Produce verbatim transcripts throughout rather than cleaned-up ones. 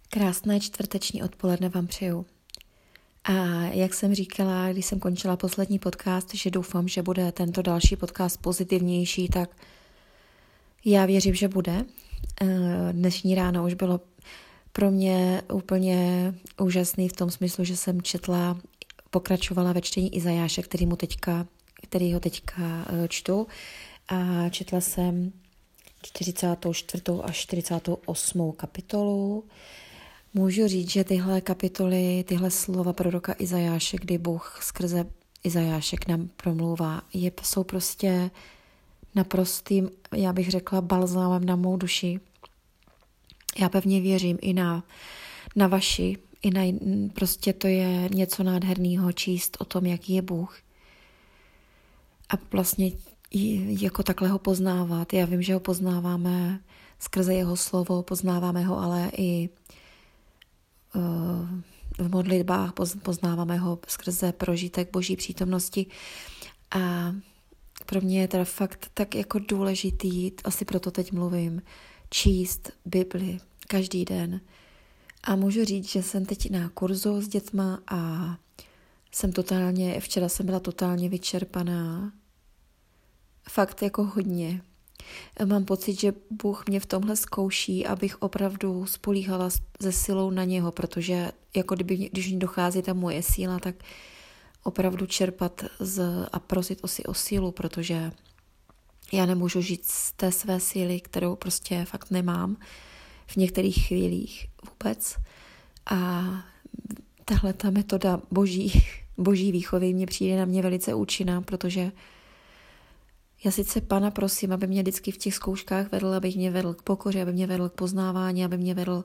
Krásné čtvrteční odpoledne vám přeju. A jak jsem říkala, když jsem končila poslední podcast, že doufám, že bude tento další podcast pozitivnější, tak já věřím, že bude. Dnešní ráno už bylo pro mě úplně úžasný v tom smyslu, že jsem četla, pokračovala ve čtení Izajáše, který, mu teďka, který ho teďka čtu. A četla jsem čtyřicátou čtvrtou až čtyřicátou osmou kapitolu. Můžu říct, že tyhle kapitoly, tyhle slova proroka Izajáše, kdy Bůh skrze Izajáše k nám promlouvá, je, jsou prostě naprostým, já bych řekla, balzámem na mou duši. Já pevně věřím i na, na vaši, i na, prostě to je něco nádherného číst o tom, jaký je Bůh. A vlastně jako takhle ho poznávat. Já vím, že ho poznáváme skrze jeho slovo, poznáváme ho ale i v modlitbách, poznáváme ho skrze prožitek Boží přítomnosti. A pro mě je teda fakt tak jako důležitý, asi proto teď mluvím, číst Bibli každý den. A můžu říct, že jsem teď na kurzu s dětma a jsem totálně, včera jsem byla totálně vyčerpaná. Fakt jako hodně. Mám pocit, že Bůh mě v tomhle zkouší, abych opravdu spolíhala se silou na něho, protože jako kdyby, když mi dochází ta moje síla, tak opravdu čerpat z, a prosit o si o sílu, protože já nemůžu žít z té své síly, kterou prostě fakt nemám v některých chvílích vůbec. A tahle ta metoda boží, boží výchovy mě přijde na mě velice účinná, protože já sice Pana prosím, aby mě vždycky v těch zkouškách vedl, aby mě vedl k pokoře, aby mě vedl k poznávání, aby mě vedl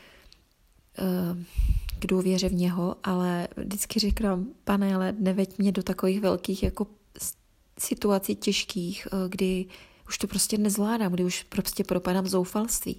uh, k důvěře v něho, ale vždycky říkám, Pane, ale neveď mě do takových velkých jako situací těžkých, uh, kdy už to prostě nezvládám, kdy už prostě propadám v zoufalství.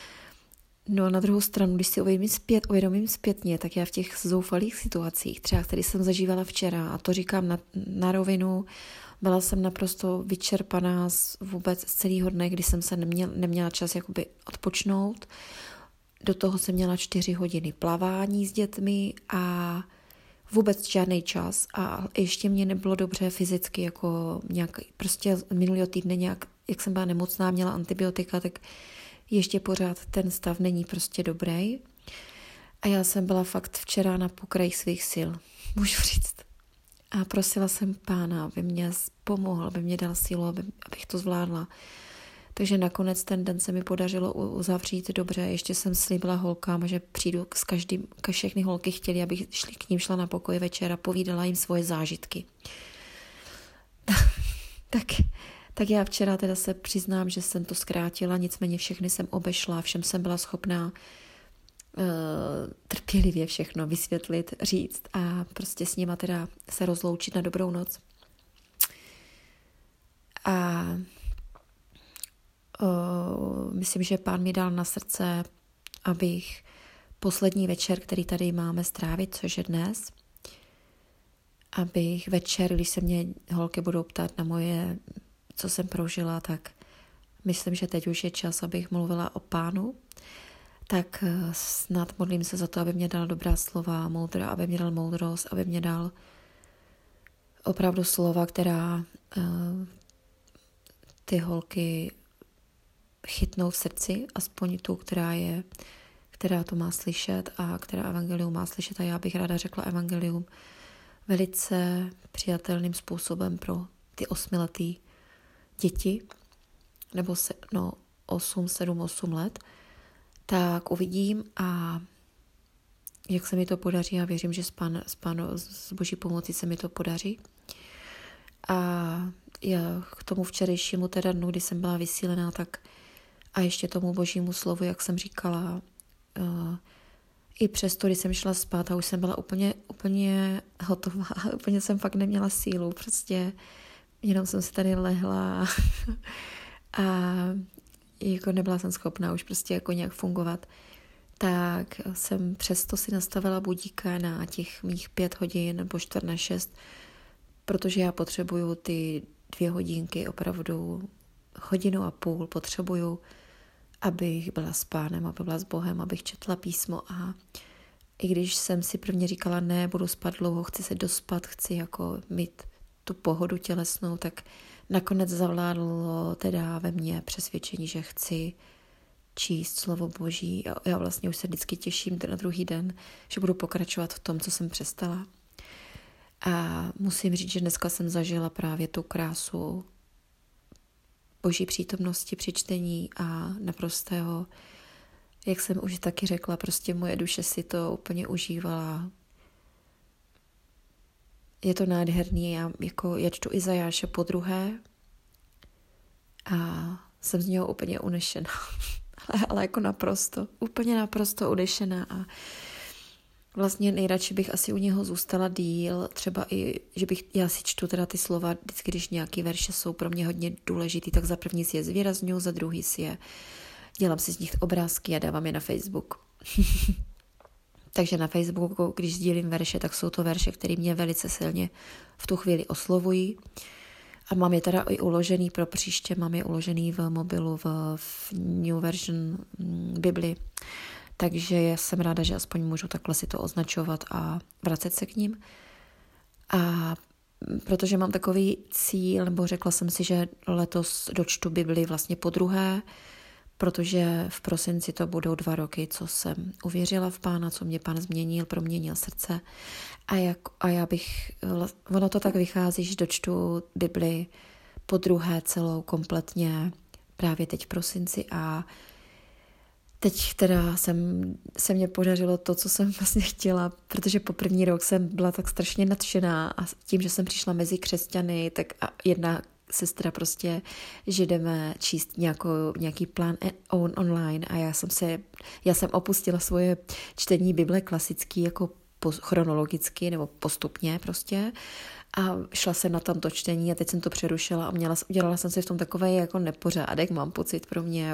No a na druhou stranu, když si uvědomím, zpět, uvědomím zpětně, tak já v těch zoufalých situacích, třeba které jsem zažívala včera, a to říkám na, na rovinu, byla jsem naprosto vyčerpaná z, vůbec z celého dne, kdy jsem se neměla, neměla čas jakoby odpočnout. Do toho jsem měla čtyři hodiny plavání s dětmi a vůbec žádný čas. A ještě mě nebylo dobře fyzicky, jako nějak, prostě minulého týdne nějak, jak jsem byla nemocná, měla antibiotika, tak ještě pořád ten stav není prostě dobrý. A já jsem byla fakt včera na pokraji svých sil, můžu říct. A prosila jsem Pána, aby mě pomohl, aby mě dal sílu, aby, abych to zvládla. Takže nakonec ten den se mi podařilo uzavřít dobře. Ještě jsem slíbila holkám, že přijdu s každým, všechny holky chtěli, abych šli, k ním šla na pokoj večer a povídala jim svoje zážitky. tak, tak já včera teda se přiznám, že jsem to zkrátila, nicméně všechny jsem obešla, všem jsem byla schopná trpělivě všechno vysvětlit, říct a prostě s nima teda se rozloučit na dobrou noc. A o, myslím, že Pán mi dal na srdce, abych poslední večer, který tady máme strávit, což je dnes, abych večer, když se mě holky budou ptát na moje, co jsem prožila, tak myslím, že teď už je čas, abych mluvila o Pánu. Tak snad modlím se za to, aby mě dal dobrá slova, moudra, aby mě dal moudrost, aby mě dal opravdu slova, která uh, ty holky chytnou v srdci, aspoň tu, která je, která to má slyšet a která evangelium má slyšet. A já bych ráda řekla evangelium velice přijatelným způsobem pro ty osmiletý děti, nebo se, no, osm, sedm, osm let. Tak uvidím a jak se mi to podaří. Já věřím, že s, pan, s, pan, s Boží pomocí se mi to podaří. A já k tomu včerejšímu teda dnu, kdy jsem byla vysílená, tak a ještě tomu Božímu slovu, jak jsem říkala, uh, i přesto, když jsem šla spát a už jsem byla úplně, úplně hotová, úplně jsem fakt neměla sílu, prostě jenom jsem si tady lehla a jako nebyla jsem schopná už prostě jako nějak fungovat, tak jsem přesto si nastavila budíka na těch mých pět hodin nebo čtvrt na šest, protože já potřebuju ty dvě hodinky, opravdu hodinu a půl potřebuju, abych byla s Pánem, aby byla s Bohem, abych četla písmo. A i když jsem si prvně říkala, ne, budu spát dlouho, chci se dospat, chci jako mít tu pohodu tělesnou, tak nakonec zavládlo teda ve mně přesvědčení, že chci číst slovo Boží. Já vlastně už se vždycky těším na druhý den, že budu pokračovat v tom, co jsem přestala. A musím říct, že dneska jsem zažila právě tu krásu Boží přítomnosti při čtení a naprostého, jak jsem už taky řekla, prostě moje duše si to úplně užívala. Je to nádherný, já, jako, já čtu Izajáše po druhé a jsem z něho úplně unešená. ale, ale jako naprosto, úplně naprosto unešená a vlastně nejradši bych asi u něho zůstala díl, třeba i, že bych, já si čtu teda ty slova, vždycky, když nějaký verše jsou pro mě hodně důležitý, tak za první si je zvýrazňuji, za druhý si je, dělám si z nich obrázky a dávám je na Facebook. Takže na Facebooku, když sdílím verše, tak jsou to verše, které mě velice silně v tu chvíli oslovují. A mám je teda i uložený pro příště, mám je uložený v mobilu, v, v New Version Bibli. Takže jsem ráda, že aspoň můžu takhle si to označovat a vracet se k ním. A protože mám takový cíl, nebo řekla jsem si, že letos dočtu Bibli vlastně po druhé, protože v prosinci to budou dva roky, co jsem uvěřila v Pána, co mě Pán změnil, proměnil srdce. A, jak, a já bych, ono to tak vychází, že dočtu Bibli po druhé celou kompletně právě teď v prosinci a teď teda jsem, se mně podařilo to, co jsem vlastně chtěla, protože po první rok jsem byla tak strašně nadšená a tím, že jsem přišla mezi křesťany, tak a jedna sestra prostě, že jdeme číst nějakou, nějaký plán on, online a já jsem se, já jsem opustila svoje čtení Bible klasický jako po, chronologicky nebo postupně prostě a šla jsem na tamto čtení a teď jsem to přerušila a měla, udělala jsem si v tom takový jako nepořádek, mám pocit pro mě.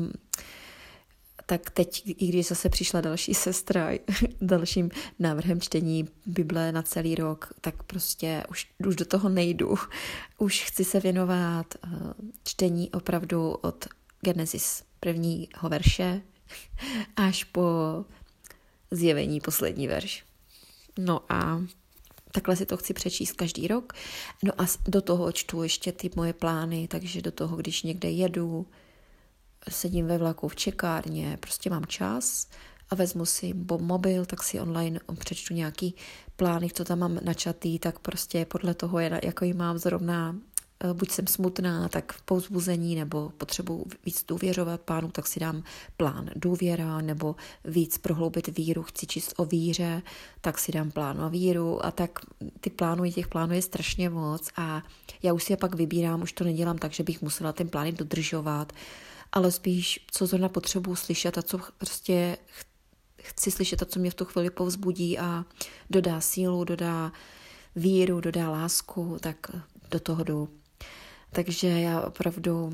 Tak teď, i když zase přišla další sestra dalším návrhem čtení Bible na celý rok, tak prostě už, už do toho nejdu. Už chci se věnovat čtení opravdu od Genesis prvního verše až po Zjevení poslední verš. No a takhle si to chci přečíst každý rok. No a do toho čtu ještě ty moje plány, takže do toho, když někde jedu, sedím ve vlaku v čekárně, prostě mám čas a vezmu si mobil, tak si online přečtu nějaký plány, co tam mám načatý, tak prostě podle toho, jaký mám zrovna, buď jsem smutná, tak v povzbuzení, nebo potřebuji víc důvěřovat Pánu, tak si dám plán důvěra, nebo víc prohloubit víru, chci číst o víře, tak si dám plán o víru a tak ty plány, těch plánů je strašně moc a já už si je pak vybírám, už to nedělám tak, že bych musela ten plány dodržovat, ale spíš, co zrovna potřebuji slyšet a co prostě chci slyšet a co mě v tu chvíli povzbudí a dodá sílu, dodá víru, dodá lásku, tak do toho jdu. Takže já opravdu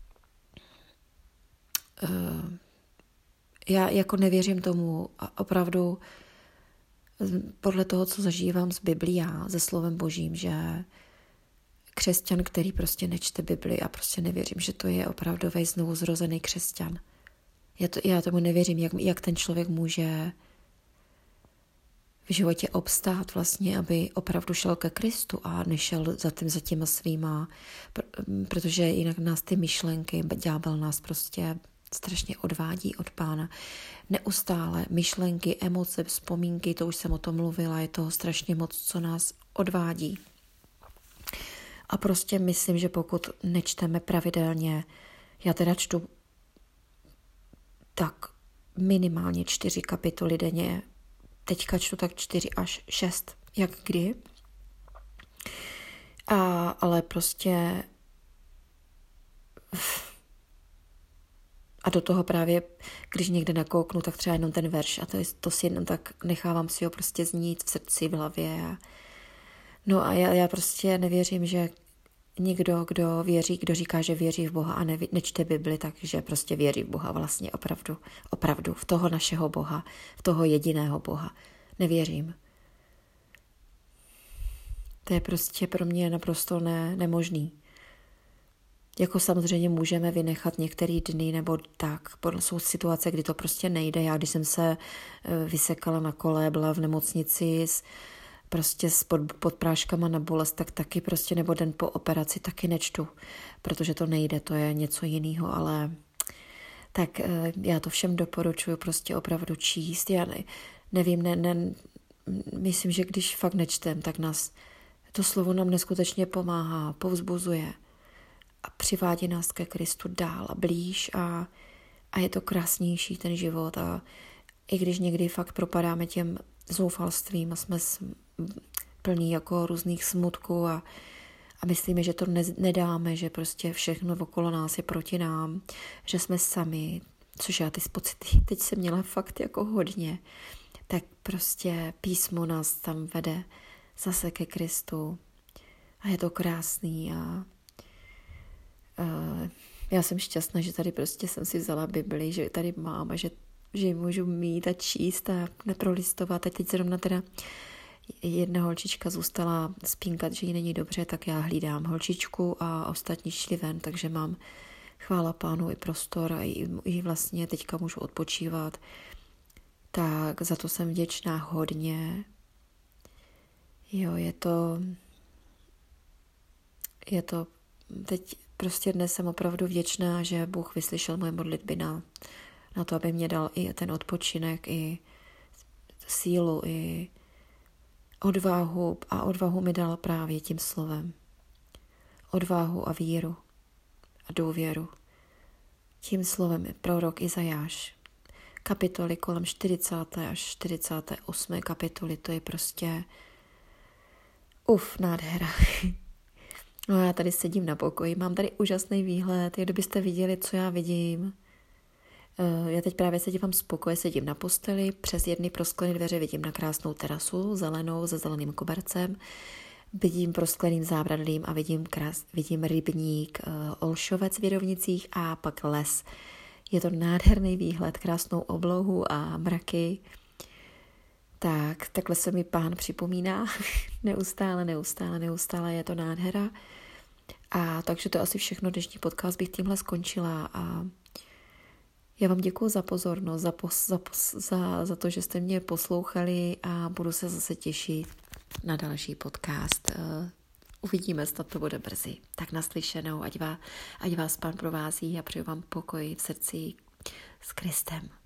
uh, já jako nevěřím tomu a opravdu podle toho, co zažívám z Biblí já, ze slovem Božím, že křesťan, který prostě nečte Bibli a prostě nevěřím, že to je opravdový znovu zrozený křesťan. Já, to, já tomu nevěřím, jak, jak ten člověk může v životě obstát vlastně, aby opravdu šel ke Kristu a nešel za, tím, za těma svýma, protože jinak nás ty myšlenky, ďábel nás prostě strašně odvádí od Pána. Neustále myšlenky, emoce, vzpomínky, to už jsem o tom mluvila, je toho strašně moc, co nás odvádí. A prostě myslím, že pokud nečteme pravidelně, já teda čtu tak minimálně čtyři kapitoly denně, teďka čtu tak čtyři až šest, jak kdy. A, ale prostě a do toho právě, když někde nakouknu, tak třeba jenom ten verš a to, je, to si jenom tak nechávám si ho prostě znít v srdci, v hlavě. A no a já, já prostě nevěřím, že někdo, kdo věří, kdo říká, že věří v Boha a ne, nečte Bibli, takže prostě věří v Boha vlastně opravdu, opravdu, v toho našeho Boha, v toho jediného Boha. Nevěřím. To je prostě pro mě naprosto ne, nemožný. Jako samozřejmě můžeme vynechat některé dny nebo tak. Jsou situace, kdy to prostě nejde. Já, když jsem se vysekala na kole, byla v nemocnici s, prostě s pod, pod práškama na bolest, tak taky prostě nebo den po operaci taky nečtu, protože to nejde, to je něco jiného, ale tak já to všem doporučuji prostě opravdu číst. Já ne, nevím, ne, ne, myslím, že když fakt nečtem, tak nás to slovo nám neskutečně pomáhá, povzbuzuje a přivádí nás ke Kristu dál a blíž a, a je to krásnější ten život a i když někdy fakt propadáme těm zoufalstvím a jsme plní jako různých smutků a, a myslíme, že to ne, nedáme, že prostě všechno okolo nás je proti nám, že jsme sami, což já ty pocity teď jsem měla fakt jako hodně, tak prostě písmo nás tam vede zase ke Kristu a je to krásný a Uh, já jsem šťastná, že tady prostě jsem si vzala Bibli, že tady mám a že, že ji můžu mít a číst a neprolistovat. A teď zrovna teda jedna holčička zůstala spínkat, že jí není dobře, tak já hlídám holčičku a ostatní šli ven, takže mám chvála Pánu i prostor a i, i vlastně teďka můžu odpočívat. Tak za to jsem vděčná hodně. Jo, je to je to teď prostě dnes jsem opravdu vděčná, že Bůh vyslyšel moje modlitby na, na to, aby mě dal i ten odpočinek, i sílu, i odvahu. A odvahu mi dal právě tím slovem. Odvahu a víru a důvěru. Tím slovem je prorok Izajáš. Kapitoly kolem čtyřicáté až čtyřicáté osmé kapitoly, to je prostě uf, nádhera. No já tady sedím na pokoji, mám tady úžasný výhled, kdybyste viděli, co já vidím. Já teď právě se dívám z pokoje, sedím na posteli, přes jedny prosklené dveře vidím na krásnou terasu, zelenou, se zeleným kobercem, vidím proskleným zábradlím a vidím, krás, vidím rybník, Olšovec v Věrovnicích a pak les. Je to nádherný výhled, krásnou oblohu a mraky. Tak, takhle se mi Pán připomíná neustále, neustále, neustále, je to nádhera. A takže to asi všechno, dnešní podcast bych tímhle skončila a já vám děkuji za pozornost, za, pos, za, pos, za, za to, že jste mě poslouchali a budu se zase těšit na další podcast. Uh, uvidíme, snad to bude brzy. Tak naslyšenou, ať vás, ať vás Pán provází a přeju vám pokoj v srdci s Kristem.